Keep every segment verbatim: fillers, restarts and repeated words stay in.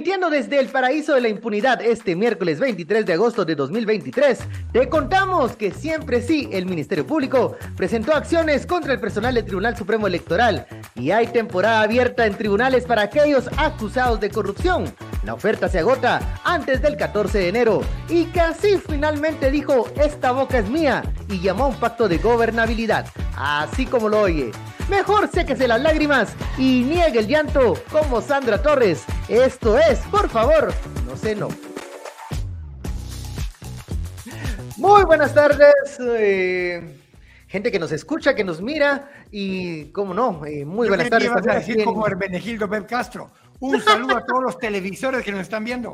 Transmitiendo desde el paraíso de la impunidad este miércoles veintitrés de agosto de dos mil veintitrés, te contamos que siempre sí, el Ministerio Público presentó acciones contra el personal del Tribunal Supremo Electoral y hay temporada abierta en tribunales para aquellos acusados de corrupción. La oferta se agota antes del catorce de enero y casi finalmente dijo, esta boca es mía, y llamó a un pacto de gobernabilidad, así como lo oye. Mejor séquese las lágrimas y niegue el llanto como Sandra Torres. Esto es, por favor, no sé, no. Muy buenas tardes, eh, gente que nos escucha, que nos mira y, cómo no, eh, muy Yo buenas tardes. Ibas a decir en... como Hermenegildo Pep Castro. Un saludo a todos los televisores que nos están viendo.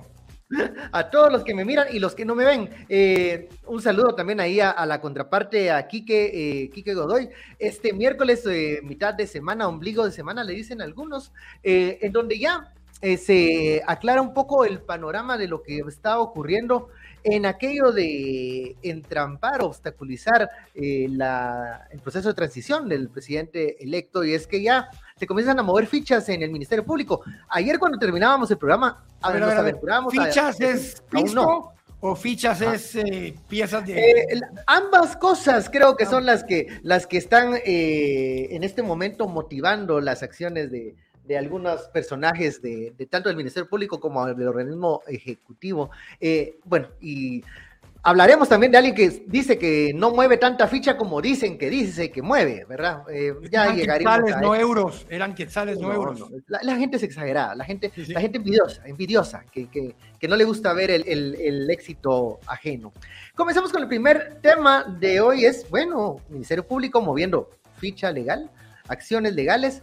A todos los que me miran y los que no me ven, eh, un saludo también ahí a, a la contraparte, a Quique, eh, Quique Godoy. Este miércoles, eh, mitad de semana, ombligo de semana, le dicen algunos, eh, en donde ya eh, se aclara un poco el panorama de lo que está ocurriendo en aquello de entrampar, obstaculizar eh, la, el proceso de transición del presidente electo, y es que ya se comienzan a mover fichas en el Ministerio Público. Ayer cuando terminábamos el programa, a ver, nos a ver, aventuramos ¿fichas a, es pisco no. o fichas ah. es eh, piezas de...? Eh, ambas cosas creo que ah. son las que, las que están eh, en este momento motivando las acciones de, de algunos personajes de, de tanto del Ministerio Público como del organismo ejecutivo. Eh, bueno, y hablaremos también de alguien que dice que no mueve tanta ficha como dicen que dice que mueve, ¿verdad? Eh, ya eran llegaremos quetzales, no euros, eran quetzales, no, no euros. No. La, la gente es exagerada, la gente, sí, sí. la gente envidiosa, envidiosa, que, que, que no le gusta ver el, el, el éxito ajeno. Comenzamos con el primer tema de hoy, es, bueno, Ministerio Público moviendo ficha legal, acciones legales,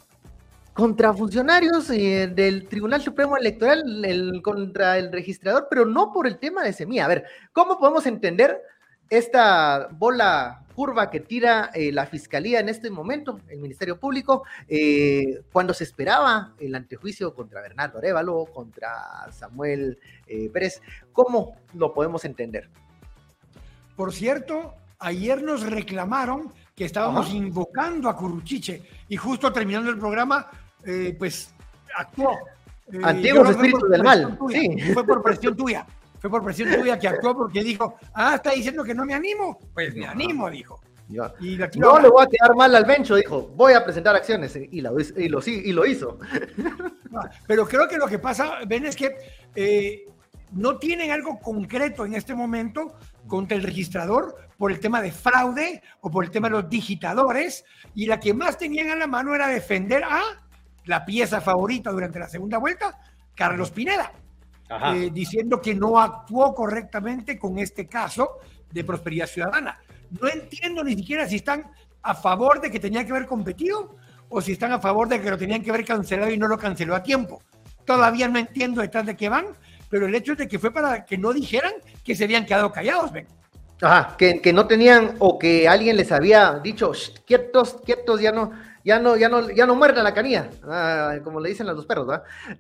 contra funcionarios eh, del Tribunal Supremo Electoral, el, contra el registrador, pero no por el tema de semilla. A ver, ¿cómo podemos entender esta bola curva que tira eh, la Fiscalía en este momento, el Ministerio Público, eh, cuando se esperaba el antejuicio contra Bernardo Arévalo, contra Samuel eh, Pérez? ¿Cómo lo podemos entender? Por cierto, ayer nos reclamaron que estábamos Ajá. invocando a Curruchiche y justo terminando el programa, Eh, pues actuó. Eh, Antiguos espíritus del mal. Sí. Fue por presión tuya. Fue por presión tuya que actuó porque dijo, ah, está diciendo que no me animo. Pues me animo, dijo. Ya. Y no ahora... le voy a quedar mal al Bencho, dijo, voy a presentar acciones. Y, la, y, lo, y lo hizo. Pero creo que lo que pasa, Ben, es que eh, no tienen algo concreto en este momento contra el registrador por el tema de fraude o por el tema de los digitadores. Y la que más tenían a la mano era defender a la pieza favorita durante la segunda vuelta, Carlos Pineda, eh, diciendo que no actuó correctamente con este caso de Prosperidad Ciudadana. No entiendo ni siquiera si están a favor de que tenía que haber competido o si están a favor de que lo tenían que haber cancelado y no lo canceló a tiempo. Todavía no entiendo detrás de qué van, pero el hecho es de que fue para que no dijeran que se habían quedado callados, ven. Ajá, que, que no tenían, o que alguien les había dicho, quietos, quietos, ya no... Ya no, ya no, ya no muerda la canilla, ah, como le dicen a los perros, ¿verdad?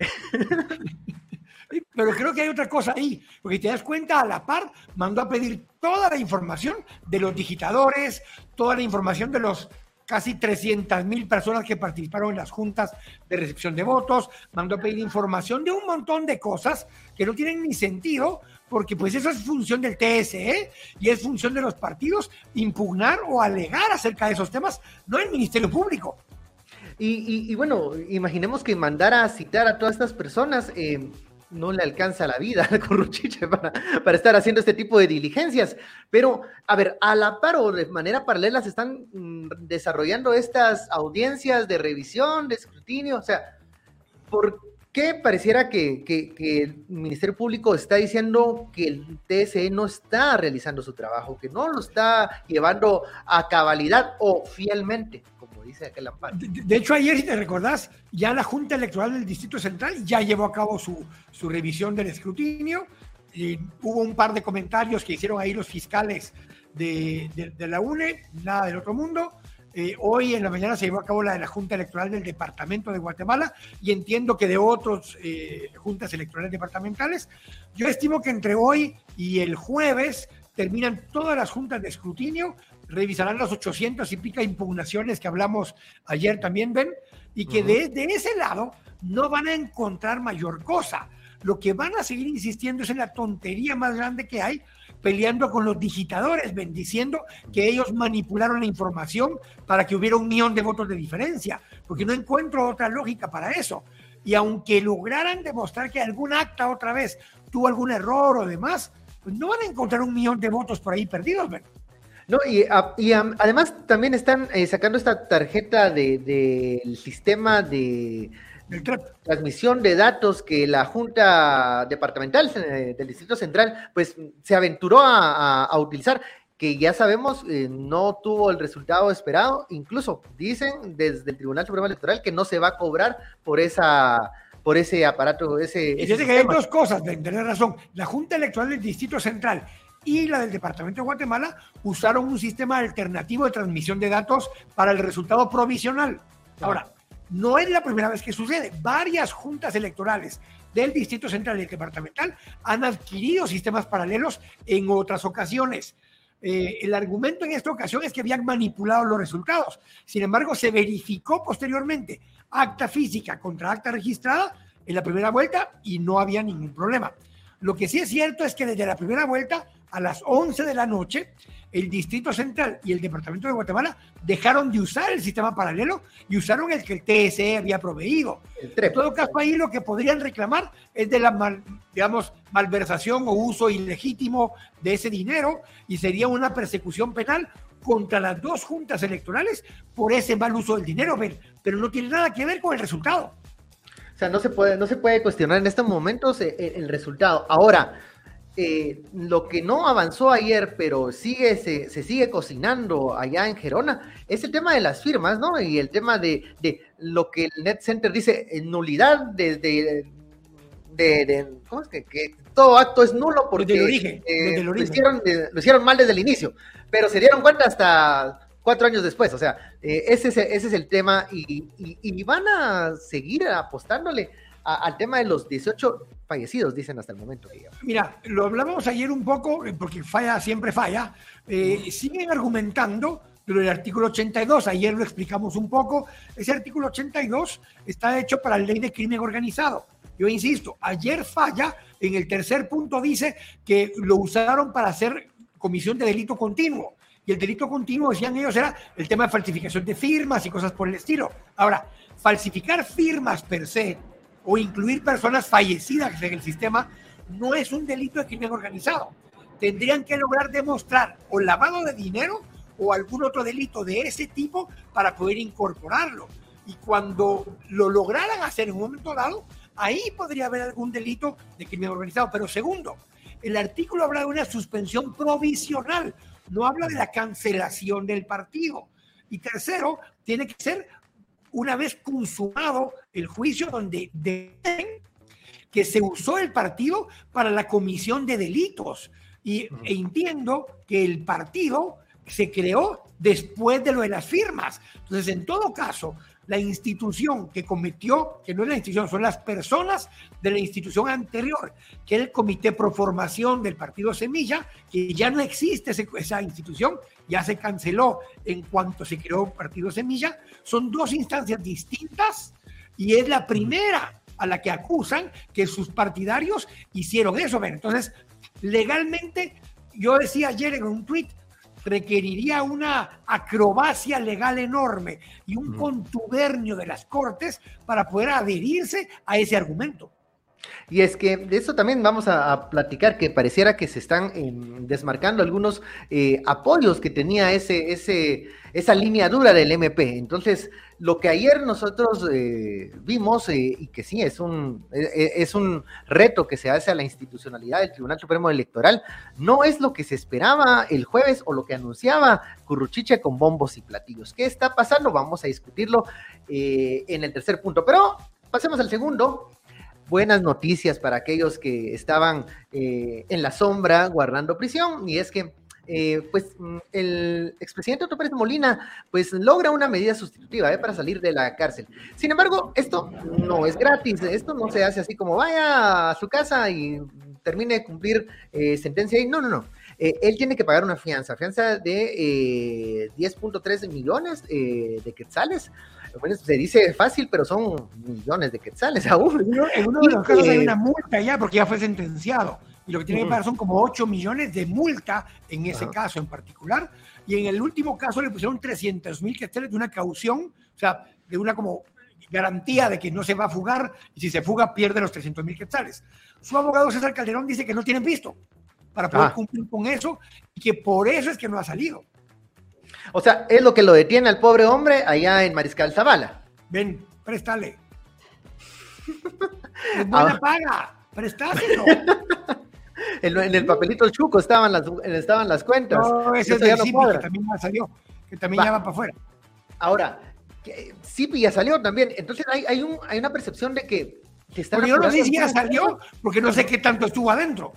Pero creo que hay otra cosa ahí, porque te das cuenta, a la par, mandó a pedir toda la información de los digitadores, toda la información de los casi trescientas mil personas que participaron en las juntas de recepción de votos, mandó a pedir información de un montón de cosas que no tienen ni sentido, porque pues eso es función del T S E y es función de los partidos impugnar o alegar acerca de esos temas, no el Ministerio Público. Y, y, y bueno, imaginemos que mandara a citar a todas estas personas, eh, no le alcanza la vida al Curruchiche para, para estar haciendo este tipo de diligencias, pero a ver, a la par o de manera paralela se están mm, desarrollando estas audiencias de revisión, de escrutinio, o sea, ¿por qué pareciera que, que, que el Ministerio Público está diciendo que el T S E no está realizando su trabajo, que no lo está llevando a cabalidad o fielmente, como dice aquel amparo? De, de hecho, ayer, si te recordás, ya la Junta Electoral del Distrito Central ya llevó a cabo su, su revisión del escrutinio, y hubo un par de comentarios que hicieron ahí los fiscales de, de, de la U N E, nada del otro mundo. Eh, hoy en la mañana se llevó a cabo la de la Junta Electoral del Departamento de Guatemala y entiendo que de otras eh, juntas electorales departamentales. Yo estimo que entre hoy y el jueves terminan todas las juntas de escrutinio, revisarán las ochocientas y pica impugnaciones que hablamos ayer también, Ben, y que uh-huh. de, de ese lado no van a encontrar mayor cosa, Lo que van a seguir insistiendo es en la tontería más grande que hay, peleando con los digitadores, bendiciendo que ellos manipularon la información para que hubiera un millón de votos de diferencia, porque no encuentro otra lógica para eso. Y aunque lograran demostrar que algún acta otra vez tuvo algún error o demás, pues no van a encontrar un millón de votos por ahí perdidos, ¿verdad? No, y, a, y a, además también están eh, sacando esta tarjeta del de, de sistema de, de transmisión de datos que la Junta Departamental eh, del Distrito Central pues se aventuró a, a, a utilizar, que ya sabemos eh, no tuvo el resultado esperado. Incluso dicen desde el Tribunal Supremo Electoral que no se va a cobrar por esa por ese aparato, ese, y ese que hay dos cosas, tenés razón. La Junta Electoral del Distrito Central y la del Departamento de Guatemala usaron un sistema alternativo de transmisión de datos para el resultado provisional. Ahora, no es la primera vez que sucede. Varias juntas electorales del Distrito Central y del Departamental han adquirido sistemas paralelos en otras ocasiones. Eh, el argumento en esta ocasión es que habían manipulado los resultados. Sin embargo, se verificó posteriormente acta física contra acta registrada en la primera vuelta y no había ningún problema. Lo que sí es cierto es que desde la primera vuelta a las once de la noche, el Distrito Central y el Departamento de Guatemala dejaron de usar el sistema paralelo y usaron el que el T S E había proveído. En todo caso, ahí lo que podrían reclamar es de la, mal, digamos, malversación o uso ilegítimo de ese dinero, y sería una persecución penal contra las dos juntas electorales por ese mal uso del dinero, pero no tiene nada que ver con el resultado. O sea, no se puede, no se puede cuestionar en estos momentos el, el resultado. Ahora, Eh, lo que no avanzó ayer, pero sigue, se, se sigue cocinando allá en Gerona, es el tema de las firmas, ¿no? Y el tema de, de lo que el Net Center dice, nulidad desde de, de, de, ¿cómo es que, que todo acto es nulo porque desde el origen, eh, desde el origen. Lo, hicieron, eh, lo hicieron mal desde el inicio, pero se dieron cuenta hasta cuatro años después. O sea, eh, ese, es, ese es el tema, y, y, y van a seguir apostándole a, al tema de los dieciocho fallecidos, dicen hasta el momento. Digamos. Mira, lo hablamos ayer un poco, porque falla siempre falla. Eh, siguen argumentando lo del artículo ochenta y dos, ayer lo explicamos un poco. Ese artículo ochenta y dos está hecho para la ley de crimen organizado. Yo insisto, ayer falla, en el tercer punto dice que lo usaron para hacer comisión de delito continuo. Y el delito continuo, decían ellos, era el tema de falsificación de firmas y cosas por el estilo. Ahora, falsificar firmas per se, o incluir personas fallecidas en el sistema, no es un delito de crimen organizado. Tendrían que lograr demostrar o lavado de dinero o algún otro delito de ese tipo para poder incorporarlo. Y cuando lo lograran hacer en un momento dado, ahí podría haber algún delito de crimen organizado. Pero segundo, el artículo habla de una suspensión provisional, no habla de la cancelación del partido. Y tercero, tiene que ser una vez consumado el juicio, donde dicen que se usó el partido para la comisión de delitos. Y e entiendo que el partido se creó después de lo de las firmas. Entonces, en todo caso, la institución que cometió, que no es la institución, son las personas de la institución anterior, que era el Comité Pro Formación del Partido Semilla, que ya no existe ese, esa institución, ya se canceló en cuanto se creó Partido Semilla. Son dos instancias distintas y es la primera a la que acusan que sus partidarios hicieron eso. Entonces, legalmente, yo decía ayer en un tuit, requeriría una acrobacia legal enorme y un contubernio de las Cortes para poder adherirse a ese argumento. Y es que de eso también vamos a, a platicar, que pareciera que se están eh, desmarcando algunos eh, apoyos que tenía ese, ese, esa línea dura del M P. Entonces, lo que ayer nosotros eh, vimos, eh, y que sí es un, eh, es un reto que se hace a la institucionalidad del Tribunal Supremo Electoral, no es lo que se esperaba el jueves o lo que anunciaba Curruchiche con bombos y platillos. ¿Qué está pasando? Vamos a discutirlo eh, en el tercer punto, pero pasemos al segundo. Buenas noticias para aquellos que estaban eh, en la sombra guardando prisión, y es que eh, pues el expresidente Otto Pérez Molina pues logra una medida sustitutiva eh, para salir de la cárcel. Sin embargo, esto no es gratis, esto no se hace así como vaya a su casa y termine de cumplir eh, sentencia ahí. No, no, no. eh, él tiene que pagar una fianza, fianza de eh, diez punto tres millones eh, de quetzales. Bueno, se dice fácil, pero son millones de quetzales aún. En uno de los casos hay una multa ya, porque ya fue sentenciado. Y lo que tiene que pagar son como ocho millones de multa en ese Ajá. caso en particular. Y en el último caso le pusieron trescientos mil quetzales de una caución, o sea, de una como garantía de que no se va a fugar, y si se fuga pierde los trescientos mil quetzales. Su abogado César Calderón dice que no tienen visto para poder ah. cumplir con eso, y que por eso es que no ha salido. O sea, es lo que lo detiene al pobre hombre allá en Mariscal Zavala. Ven, préstale. Es buena ah. paga, préstaselo. En, en el papelito chuco estaban las, estaban las cuentas. No, ese es el C I P I, que también ya salió, que también va. ya va para afuera. Ahora, C I P I ya salió también, entonces hay, hay, un, hay una percepción de que, que están... Pero yo no sé si ya salió, porque no sé qué tanto estuvo adentro.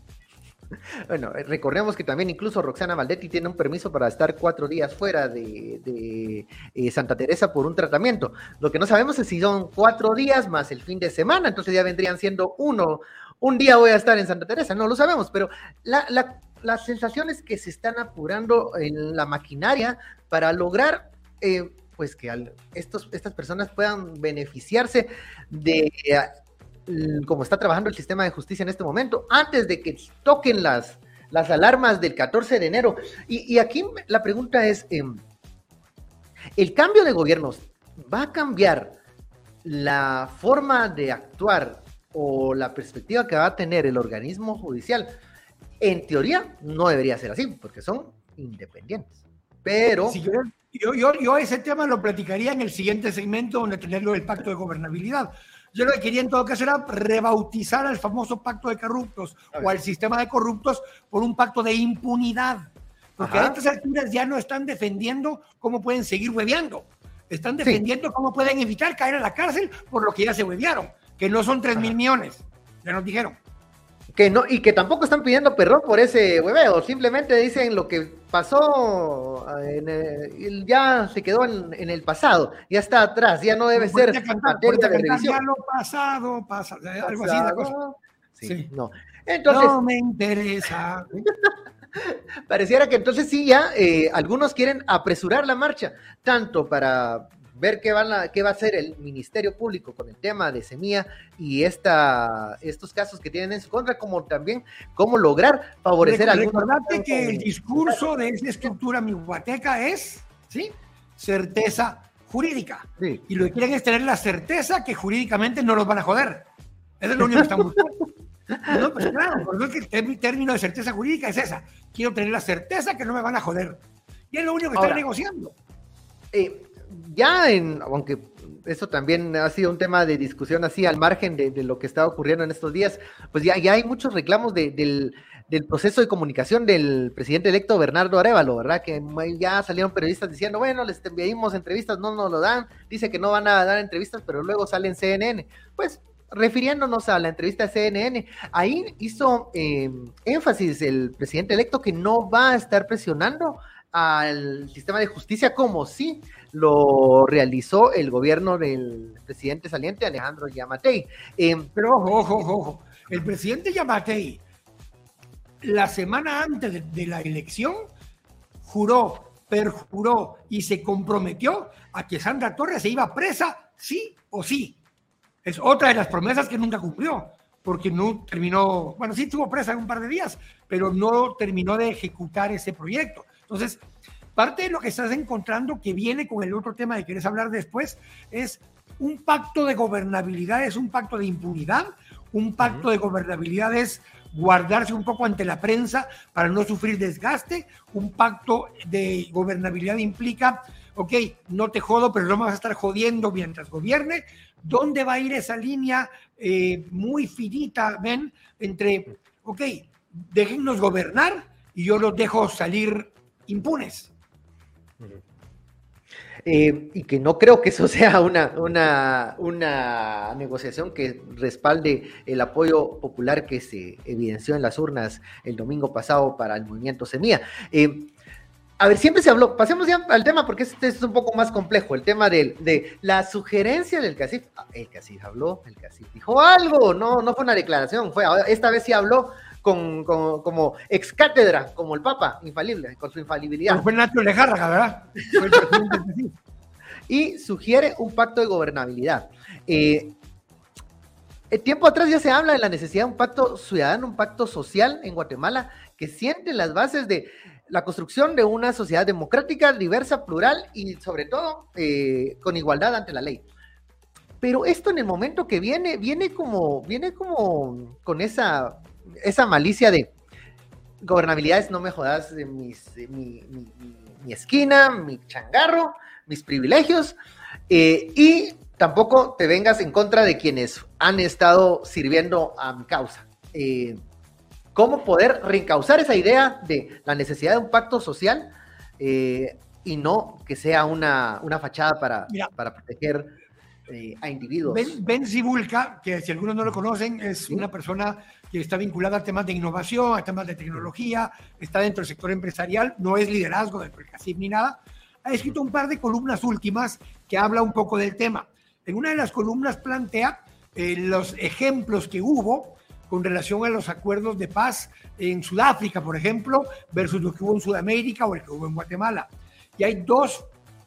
Bueno, recordemos que también incluso Roxana Valdetti tiene un permiso para estar cuatro días fuera de, de eh, Santa Teresa por un tratamiento. Lo que no sabemos es si son cuatro días más el fin de semana, entonces ya vendrían siendo uno, un día voy a estar en Santa Teresa, no lo sabemos, pero la, la, la sensación es que se están apurando en la maquinaria para lograr... Eh, pues que al, estos, estas personas puedan beneficiarse de uh, cómo está trabajando el sistema de justicia en este momento, antes de que toquen las, las alarmas del catorce de enero. Y, y aquí la pregunta es, eh, ¿el cambio de gobiernos va a cambiar la forma de actuar o la perspectiva que va a tener el organismo judicial? En teoría no debería ser así, porque son independientes, pero... Si yo... Yo, yo, yo ese tema lo platicaría en el siguiente segmento, donde tenerlo del pacto de gobernabilidad. Yo lo que quería en todo caso era rebautizar al famoso pacto de corruptos o al sistema de corruptos por un pacto de impunidad. Porque Ajá. a estas alturas ya no están defendiendo cómo pueden seguir hueveando. Están defendiendo sí. cómo pueden evitar caer a la cárcel por lo que ya se huevearon, que no son tres mil millones. Ya nos dijeron. Que no, y que tampoco están pidiendo perdón por ese hueveo, simplemente dicen lo que pasó, en el, ya se quedó en, en el pasado, ya está atrás, ya no debe ser materia de revisión. Ya lo pasado, pasa, algo así la cosa. Sí, sí. No. Entonces, no me interesa. Pareciera que entonces sí, ya eh, algunos quieren apresurar la marcha, tanto para ver qué, van a, qué va a hacer el Ministerio Público con el tema de Semilla y esta, estos casos que tienen en su contra, como también cómo lograr favorecer a algunos. Recordate que el discurso de esa estructura mihuateca es, ¿sí? certeza jurídica. Sí. Y lo que quieren es tener la certeza que jurídicamente no los van a joder. Eso es lo único que están buscando. No, pues claro, por eso es que el término de certeza jurídica es esa. Quiero tener la certeza que no me van a joder. Y es lo único que Ahora, están negociando. Eh, ya en, aunque eso también ha sido un tema de discusión así al margen de, de lo que está ocurriendo en estos días, pues ya, ya hay muchos reclamos de, del, del proceso de comunicación del presidente electo Bernardo Arévalo, ¿verdad? Que ya salieron periodistas diciendo, bueno, les pedimos entrevistas, no nos lo dan, dice que no van a dar entrevistas, pero luego sale en C N N. Pues, refiriéndonos a la entrevista de C N N, ahí hizo eh, énfasis el presidente electo que no va a estar presionando al sistema de justicia como sí lo realizó el gobierno del presidente saliente Alejandro Yamatei. Eh, Pero ojo, ojo, ojo, el presidente Yamatei la semana antes de, de la elección juró, perjuró y se comprometió a que Sandra Torres se iba presa sí o sí. Es otra de las promesas que nunca cumplió, porque no terminó, bueno, sí estuvo presa en un par de días, pero no terminó de ejecutar ese proyecto. Entonces, parte de lo que estás encontrando que viene con el otro tema de que quieres hablar después es un pacto de gobernabilidad, es un pacto de impunidad, un pacto uh-huh. de gobernabilidad es guardarse un poco ante la prensa para no sufrir desgaste, un pacto de gobernabilidad implica, ok, no te jodo, pero no me vas a estar jodiendo mientras gobierne. ¿Dónde va a ir esa línea eh, muy finita, ven, entre, ok, déjennos gobernar y yo los dejo salir impunes? Eh, y que no creo que eso sea una, una, una negociación que respalde el apoyo popular que se evidenció en las urnas el domingo pasado para el movimiento Semilla. Eh, A ver, siempre se habló, pasemos ya al tema porque este es un poco más complejo, el tema de, de la sugerencia del CACIF. El CACIF habló, el CACIF dijo algo, no, no fue una declaración, fue esta vez sí habló con, con, como ex cátedra, como el Papa, infalible, con su infalibilidad. Fue Nacho Lejárraga, ¿verdad? Fue el presidente. Y sugiere un pacto de gobernabilidad. Eh, el tiempo atrás ya se habla de la necesidad de un pacto ciudadano, un pacto social en Guatemala que siente las bases de la construcción de una sociedad democrática, diversa, plural y sobre todo eh, con igualdad ante la ley. Pero esto en el momento que viene, viene como, viene como con esa, esa malicia de gobernabilidades, no me jodas de mis, de mi, mi, mi, mi esquina, mi changarro, mis privilegios, eh, y tampoco te vengas en contra de quienes han estado sirviendo a mi causa. Eh, ¿Cómo poder reencauzar esa idea de la necesidad de un pacto social eh, y no que sea una, una fachada para, para proteger eh, a individuos? Ben, Ben Cibulka, que si algunos no lo conocen, es ¿sí? una persona que está vinculada a temas de innovación, a temas de tecnología, está dentro del sector empresarial, no es liderazgo dentro del CACIF ni nada. Ha escrito un par de columnas últimas que habla un poco del tema. En una de las columnas plantea eh, los ejemplos que hubo con relación a los acuerdos de paz en Sudáfrica, por ejemplo, versus lo que hubo en Sudamérica o el que hubo en Guatemala. Y hay dos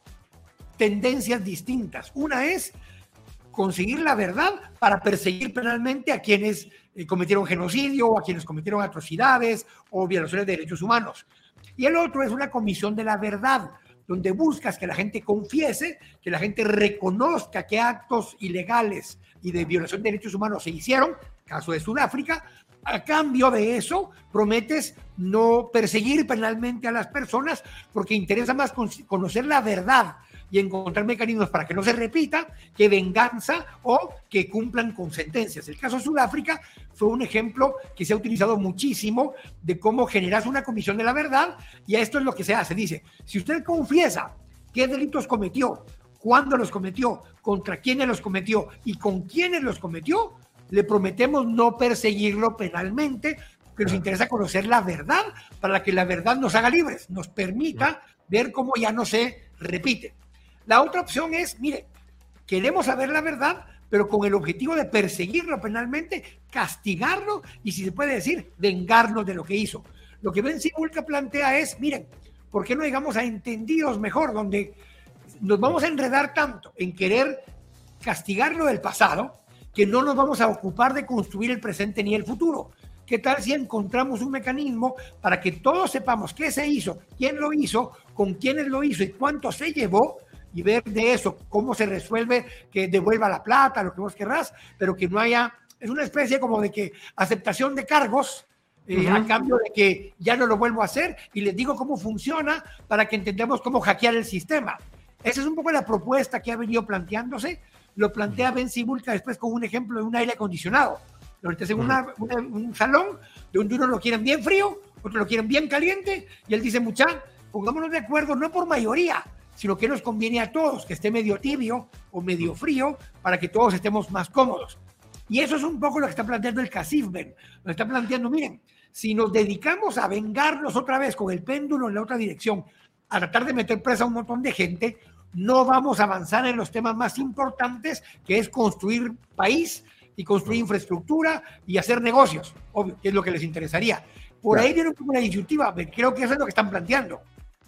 tendencias distintas. Una es conseguir la verdad para perseguir penalmente a quienes eh, cometieron genocidio o a quienes cometieron atrocidades o violaciones de derechos humanos. Y el otro es una comisión de la verdad, donde buscas que la gente confiese, que la gente reconozca que actos ilegales y de violación de derechos humanos se hicieron, caso de Sudáfrica. A cambio de eso, prometes no perseguir penalmente a las personas porque interesa más conocer la verdad y encontrar mecanismos para que no se repita que venganza o que cumplan con sentencias. El caso de Sudáfrica fue un ejemplo que se ha utilizado muchísimo de cómo generas una comisión de la verdad, y esto es lo que se hace. Dice, si usted confiesa qué delitos cometió, cuándo los cometió, contra quiénes los cometió y con quiénes los cometió, le prometemos no perseguirlo penalmente, porque nos interesa conocer la verdad para que la verdad nos haga libres, nos permita ver cómo ya no se repite. La otra opción es, mire, queremos saber la verdad, pero con el objetivo de perseguirlo penalmente, castigarlo y, si se puede decir, vengarnos de lo que hizo. Lo que Ben Cibulka plantea es, miren, ¿por qué no llegamos a entendidos mejor, donde nos vamos a enredar tanto en querer castigarlo del pasado, que no nos vamos a ocupar de construir el presente ni el futuro? ¿Qué tal si encontramos un mecanismo para que todos sepamos qué se hizo, quién lo hizo, con quiénes lo hizo y cuánto se llevó, y ver de eso cómo se resuelve, que devuelva la plata, lo que vos querrás, pero que no haya, es una especie como de que aceptación de cargos eh, uh-huh. a cambio de que ya no lo vuelvo a hacer y les digo cómo funciona para que entendamos cómo hackear el sistema. Esa es un poco la propuesta que ha venido planteándose. Lo plantea Ben Cibulka después con un ejemplo de un aire acondicionado. Ahorita es una, una, un salón donde uno lo quieren bien frío, otro lo quieren bien caliente, y él dice, mucha, pongámonos de acuerdo, no por mayoría, sino que nos conviene a todos, que esté medio tibio o medio frío, para que todos estemos más cómodos. Y eso es un poco lo que está planteando el CACIF, Ben. Nos está planteando, miren, si nos dedicamos a vengarnos otra vez con el péndulo en la otra dirección, a tratar de meter presa a un montón de gente, no vamos a avanzar en los temas más importantes, que es construir país y construir infraestructura y hacer negocios, obvio, que es lo que les interesaría. Por claro. ahí viene un poco una disyuntiva, creo que eso es lo que están planteando.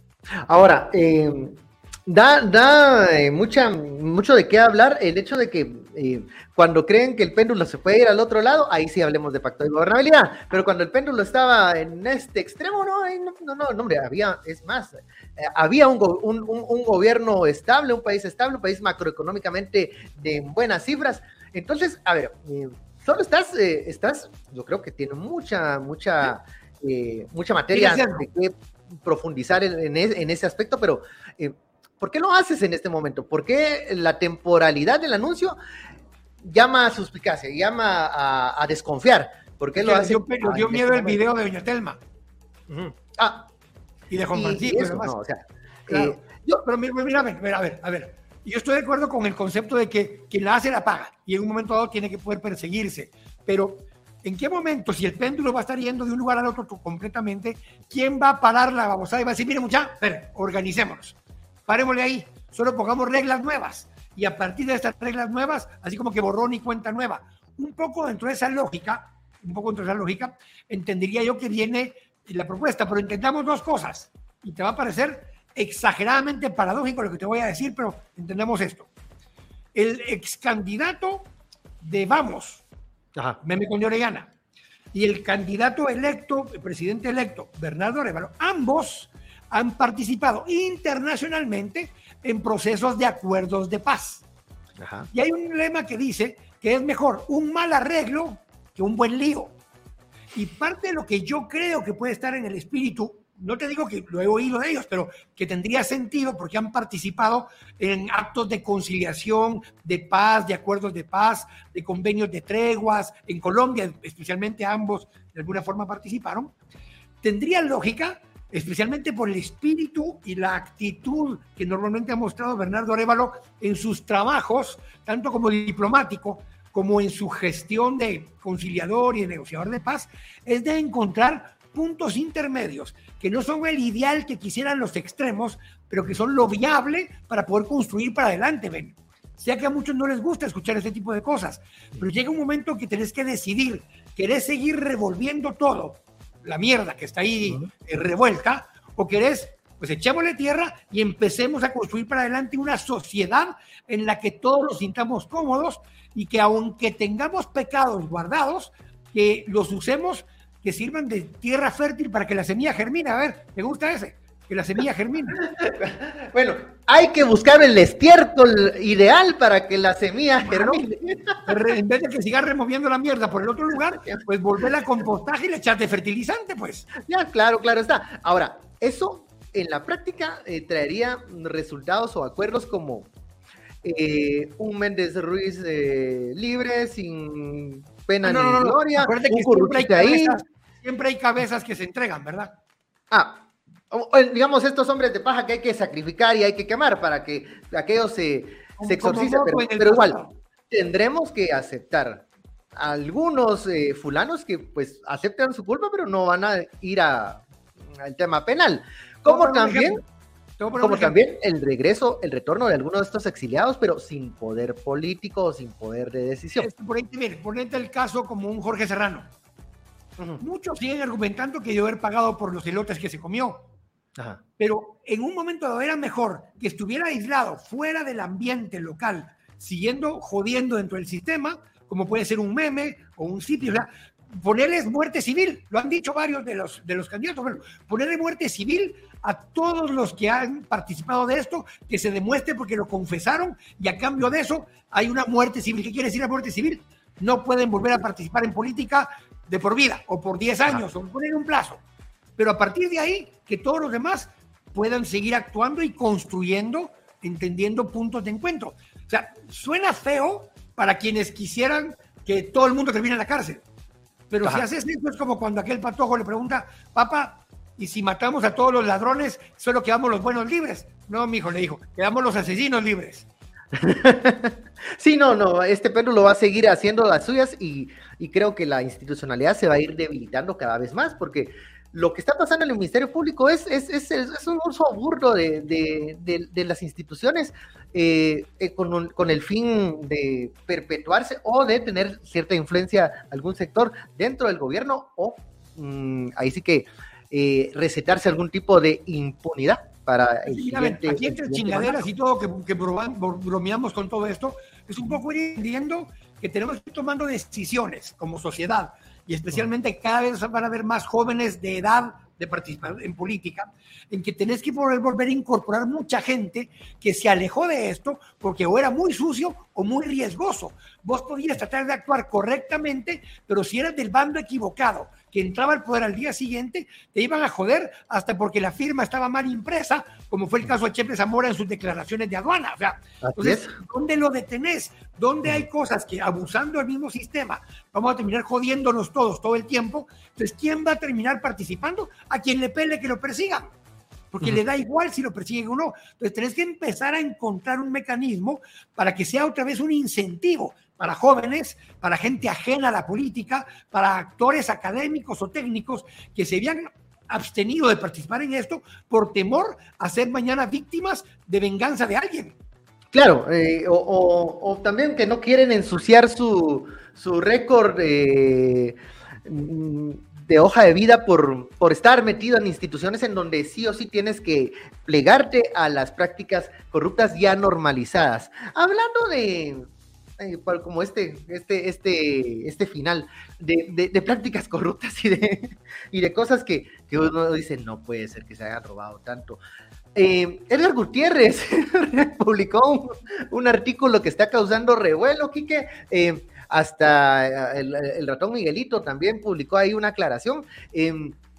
Ahora, eh, da, da eh, mucha, mucho de qué hablar el hecho de que eh, cuando creen que el péndulo se puede ir al otro lado, ahí sí hablemos de pacto de gobernabilidad, pero cuando el péndulo estaba en este extremo, no, no, no, no hombre, había, es más, eh, había un, un, un, un gobierno estable, un país estable, un país macroeconómicamente de buenas cifras. Entonces, a ver, eh, solo estás, eh, estás, yo creo que tiene mucha, mucha, eh, mucha materia de que profundizar en, en, en ese aspecto, pero eh, ¿por qué lo haces en este momento? ¿Por qué la temporalidad del anuncio llama a suspicacia, llama a, a desconfiar? ¿Por qué lo haces? Yo, yo, dio miedo el video de Doña Telma. Uh-huh. Ah, y de Juan Francisco. Y eso, no, o sea, claro. eh, yo, pero mira, mira, a ver, a ver, a ver. Yo estoy de acuerdo con el concepto de que quien la hace la paga y en un momento dado tiene que poder perseguirse. Pero, ¿en qué momento, si el péndulo va a estar yendo de un lugar al otro completamente, quién va a parar la babosada y va a decir, mire, muchachos, organicémonos, parémosle ahí, solo pongamos reglas nuevas y a partir de estas reglas nuevas, así como que borrón y cuenta nueva? Un poco dentro de esa lógica, un poco contra la lógica, entendería yo que viene la propuesta, pero entendamos dos cosas, y te va a parecer exageradamente paradójico lo que te voy a decir, pero entendamos esto. El ex candidato de Vamos, Ajá. Meme con de Orellana, y el candidato electo, el presidente electo, Bernardo Arévalo, ambos han participado internacionalmente en procesos de acuerdos de paz. Ajá. Y hay un lema que dice que es mejor un mal arreglo que un buen lío. Y parte de lo que yo creo que puede estar en el espíritu, no te digo que lo he oído de ellos, pero que tendría sentido porque han participado en actos de conciliación, de paz, de acuerdos de paz, de convenios de treguas. En Colombia, especialmente ambos, de alguna forma participaron. Tendría lógica, especialmente por el espíritu y la actitud que normalmente ha mostrado Bernardo Arévalo en sus trabajos, tanto como diplomático, como en su gestión de conciliador y de negociador de paz, es de encontrar puntos intermedios que no son el ideal que quisieran los extremos, pero que son lo viable para poder construir para adelante, ven. Sé que a muchos no les gusta escuchar este tipo de cosas, pero llega un momento que tenés que decidir, ¿querés seguir revolviendo todo, la mierda que está ahí uh-huh. eh, revuelta, o querés, pues echémosle tierra y empecemos a construir para adelante una sociedad en la que todos nos sintamos cómodos y que aunque tengamos pecados guardados, que los usemos, que sirvan de tierra fértil para que la semilla germine? A ver, ¿te gusta ese? Que la semilla germine. Bueno, hay que buscar el estiércol ideal para que la semilla germine. En vez de que sigas removiendo la mierda por el otro lugar, pues volver a compostaje y le echaste fertilizante, pues. Ya, claro, claro está. Ahora, eso en la práctica eh, traería resultados o acuerdos como eh, un Méndez Ruiz eh, libre, sin pena no, ni no, no, gloria. Acuérdate que siempre hay, cabezas, siempre hay cabezas que se entregan, ¿verdad? Ah, digamos, estos hombres de paja que hay que sacrificar y hay que quemar para que aquello se, se exorcice, pero, pero igual, tendremos que aceptar algunos eh, fulanos que pues aceptan su culpa, pero no van a ir a, al tema penal. Como también... Como también el regreso, el retorno de algunos de estos exiliados, pero sin poder político o sin poder de decisión. Por ahí, mire, ponete el caso como un Jorge Serrano. Uh-huh. Muchos siguen argumentando que debió haber pagado por los elotes que se comió. Ajá. Pero en un momento dado era mejor que estuviera aislado, fuera del ambiente local, siguiendo jodiendo dentro del sistema, como puede ser un meme o un sitio. O sea, ponerles muerte civil, lo han dicho varios de los, de los candidatos, bueno, ponerle muerte civil a todos los que han participado de esto, que se demuestre porque lo confesaron y a cambio de eso hay una muerte civil. ¿Qué quiere decir la muerte civil? No pueden volver a participar en política de por vida o por diez años, ah. o poner un plazo. Pero a partir de ahí, que todos los demás puedan seguir actuando y construyendo, entendiendo puntos de encuentro. O sea, suena feo para quienes quisieran que todo el mundo termine en la cárcel. Pero Ajá. si haces eso es como cuando aquel patojo le pregunta, papá, ¿y si matamos a todos los ladrones, solo quedamos los buenos libres? No, mijo, le dijo, quedamos los asesinos libres. Sí, no, no, este perro lo va a seguir haciendo las suyas y, y creo que la institucionalidad se va a ir debilitando cada vez más, porque lo que está pasando en el Ministerio Público es, es, es, es un uso burdo de, de, de, de las instituciones eh, eh, con, un, con el fin de perpetuarse o de tener cierta influencia algún sector dentro del gobierno o mmm, ahí sí que eh, recetarse algún tipo de impunidad para el sí, siguiente. Aquí entre chingaderas y todo que, que bromeamos con todo esto, es un poco ir entendiendo que tenemos que ir tomando decisiones como sociedad. Y especialmente cada vez van a haber más jóvenes de edad de participar en política, en que tenés que poder volver a incorporar mucha gente que se alejó de esto porque o era muy sucio o muy riesgoso. Vos podías tratar de actuar correctamente, pero si eras del bando equivocado, que entraba al poder al día siguiente, te iban a joder hasta porque la firma estaba mal impresa, como fue el caso de Chepe Zamora en sus declaraciones de aduana. O sea, entonces, ¿dónde lo detenés? ¿Dónde hay cosas que abusando del mismo sistema vamos a terminar jodiéndonos todos todo el tiempo? Entonces, ¿quién va a terminar participando? A quien le pele que lo persigan, porque uh-huh. le da igual si lo persiguen o no. Entonces, tenés que empezar a encontrar un mecanismo para que sea otra vez un incentivo para jóvenes, para gente ajena a la política, para actores académicos o técnicos que se habían abstenido de participar en esto por temor a ser mañana víctimas de venganza de alguien. Claro, eh, o, o, o también que no quieren ensuciar su, su récord eh, de hoja de vida por, por estar metido en instituciones en donde sí o sí tienes que plegarte a las prácticas corruptas ya normalizadas. Hablando de, eh, como este, este, este, este final, de, de, de prácticas corruptas y de, y de cosas que, que uno dice, no puede ser que se hayan robado tanto. Eh, Edgar Gutiérrez publicó un, un artículo que está causando revuelo, Quique, eh, hasta el, el ratón Miguelito también publicó ahí una aclaración, eh,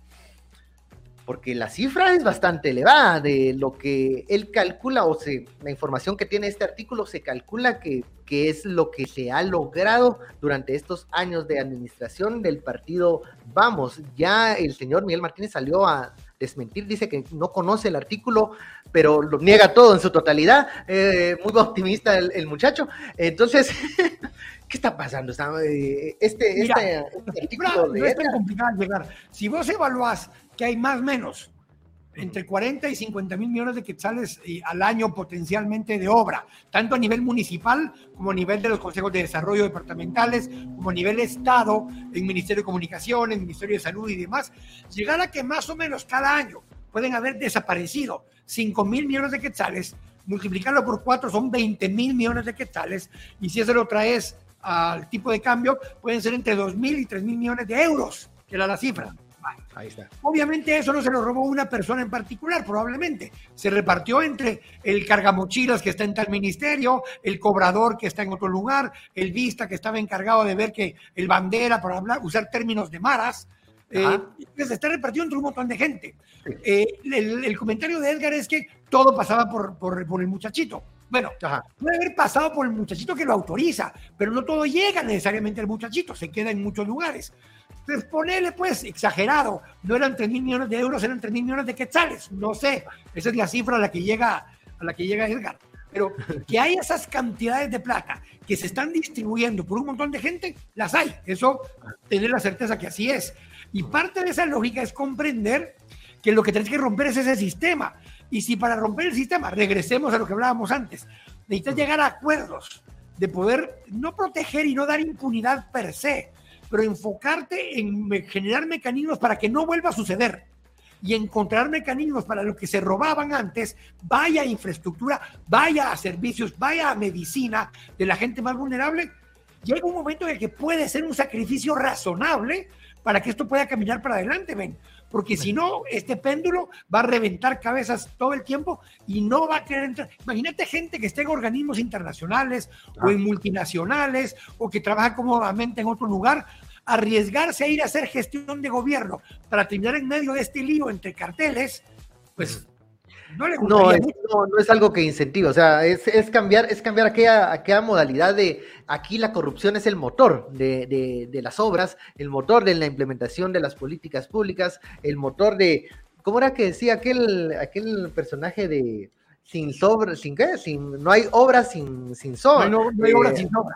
porque la cifra es bastante elevada de lo que él calcula, o sea, la información que tiene este artículo se calcula que, que es lo que se ha logrado durante estos años de administración del partido Vamos. Ya el señor Miguel Martínez salió a desmentir, dice que no conoce el artículo, pero lo niega todo en su totalidad, eh, muy optimista el, el muchacho. Entonces, ¿qué está pasando? Este, Mira, este, este artículo no es tan complicado llegar. Si vos evaluás que hay más o menos entre cuarenta y cincuenta mil millones de quetzales eh, al año potencialmente de obra, tanto a nivel municipal como a nivel de los consejos de desarrollo departamentales, como a nivel Estado, en Ministerio de Comunicaciones, Ministerio de Salud y demás, llegar a que más o menos cada año pueden haber desaparecido cinco mil millones de quetzales, multiplicarlo por cuatro son veinte mil millones de quetzales, y si eso lo traes al tipo de cambio, pueden ser entre dos mil y tres mil millones de euros, que era la cifra. Ahí está. Obviamente eso no se lo robó una persona en particular, probablemente. Se repartió entre el cargamochilas que está en tal ministerio, el cobrador que está en otro lugar, el vista que estaba encargado de ver que el bandera, para hablar, usar términos de maras, eh, que se está repartido entre un montón de gente. Eh, el, el comentario de Edgar es que todo pasaba por, por, por el muchachito. Bueno, Ajá. puede haber pasado por el muchachito que lo autoriza, pero no todo llega necesariamente al muchachito, se queda en muchos lugares. Entonces, ponele pues, exagerado, no eran tres mil millones de euros, eran tres mil millones de quetzales, no sé, esa es la cifra a la que llega, a la que llega Edgar. Pero que hay esas cantidades de plata que se están distribuyendo por un montón de gente, las hay, eso, tener la certeza que así es. Y parte de esa lógica es comprender que lo que tenés que romper es ese sistema. Y si para romper el sistema, regresemos a lo que hablábamos antes, necesitas llegar a acuerdos de poder no proteger y no dar impunidad per se, pero enfocarte en generar mecanismos para que no vuelva a suceder y encontrar mecanismos para lo que se robaban antes, vaya a infraestructura, vaya a servicios, vaya a medicina de la gente más vulnerable. Llega un momento en el que puede ser un sacrificio razonable para que esto pueda caminar para adelante, ven. Porque si no, este péndulo va a reventar cabezas todo el tiempo y no va a querer entrar. Imagínate gente que esté en organismos internacionales ah. o en multinacionales o que trabaja cómodamente en otro lugar, arriesgarse a ir a hacer gestión de gobierno para terminar en medio de este lío entre carteles, pues no le gustaría no, es, mucho. No, no es algo que incentiva, o sea, es, es cambiar, es cambiar aquella, aquella modalidad de aquí la corrupción es el motor de, de, de las obras, el motor de la implementación de las políticas públicas, el motor de, ¿cómo era que decía aquel, aquel personaje de sin sobra, sin qué? Sin, no hay obras sin, sin sobra. No, no, no hay eh, obras sin sobra.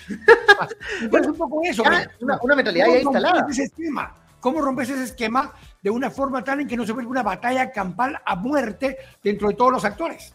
Bueno, un poco eso. Ya, una, una mentalidad ya instalada. Ese esquema? ¿Cómo rompes ese esquema de una forma tal en que no se vuelva una batalla campal a muerte dentro de todos los actores?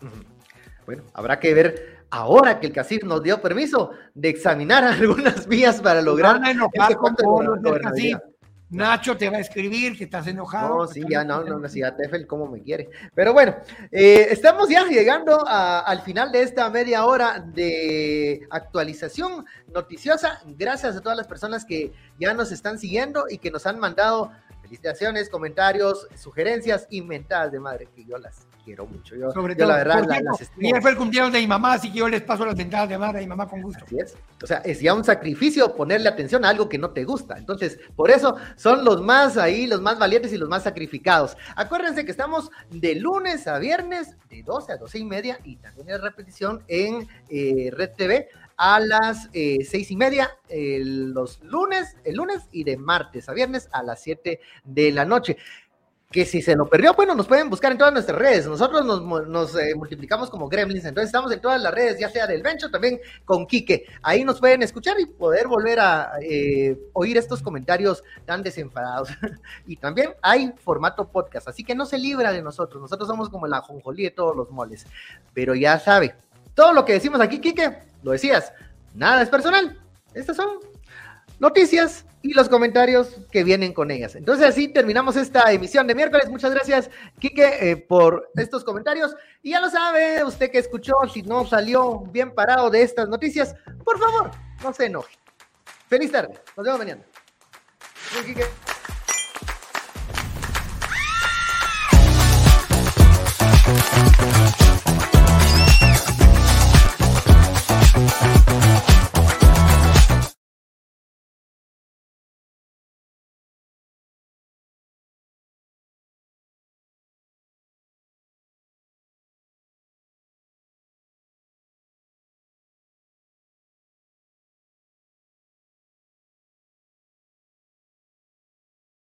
Bueno, habrá que ver ahora que el CACIF nos dio permiso de examinar algunas vías para lograr... Van a enojar con todos los del CACIF. Nacho te va a escribir que estás enojado. No, sí, ya no, no, no, sí, a Tefel cómo me quiere. Pero bueno, eh, estamos ya llegando a, al final de esta media hora de actualización noticiosa. Gracias a todas las personas que ya nos están siguiendo y que nos han mandado felicitaciones, comentarios, sugerencias y mentadas de madre, que yo las quiero mucho. Yo, Sobre yo todo, la verdad, por la, las estimo. Ayer fue el cumpleaños de mi mamá, así que yo les paso las mentadas de madre a mi mamá con gusto. Así es. O sea, es ya un sacrificio ponerle atención a algo que no te gusta. Entonces, por eso son los más ahí, los más valientes y los más sacrificados. Acuérdense que estamos de lunes a viernes, de doce a doce y media, y también en repetición en eh, Red T V a las eh, seis y media eh, los lunes, el lunes y de martes a viernes a las siete de la noche. Que si se lo perdió, bueno, nos pueden buscar en todas nuestras redes. Nosotros nos, nos eh, multiplicamos como Gremlins, entonces estamos en todas las redes, ya sea del Bencho, también con Quique. Ahí nos pueden escuchar y poder volver a eh, oír estos comentarios tan desenfadados. Y también hay formato podcast, así que no se libra de nosotros. Nosotros somos como la ajonjolí de todos los moles. Pero ya sabe, todo lo que decimos aquí, Quique, lo decías, nada es personal. Estas son noticias y y los comentarios que vienen con ellas. Entonces así terminamos esta emisión de miércoles. Muchas gracias, Quique, eh, por estos comentarios. Y ya lo sabe, usted que escuchó, si no salió bien parado de estas noticias, por favor, no se enoje. Feliz tarde, nos vemos mañana. Soy Quique.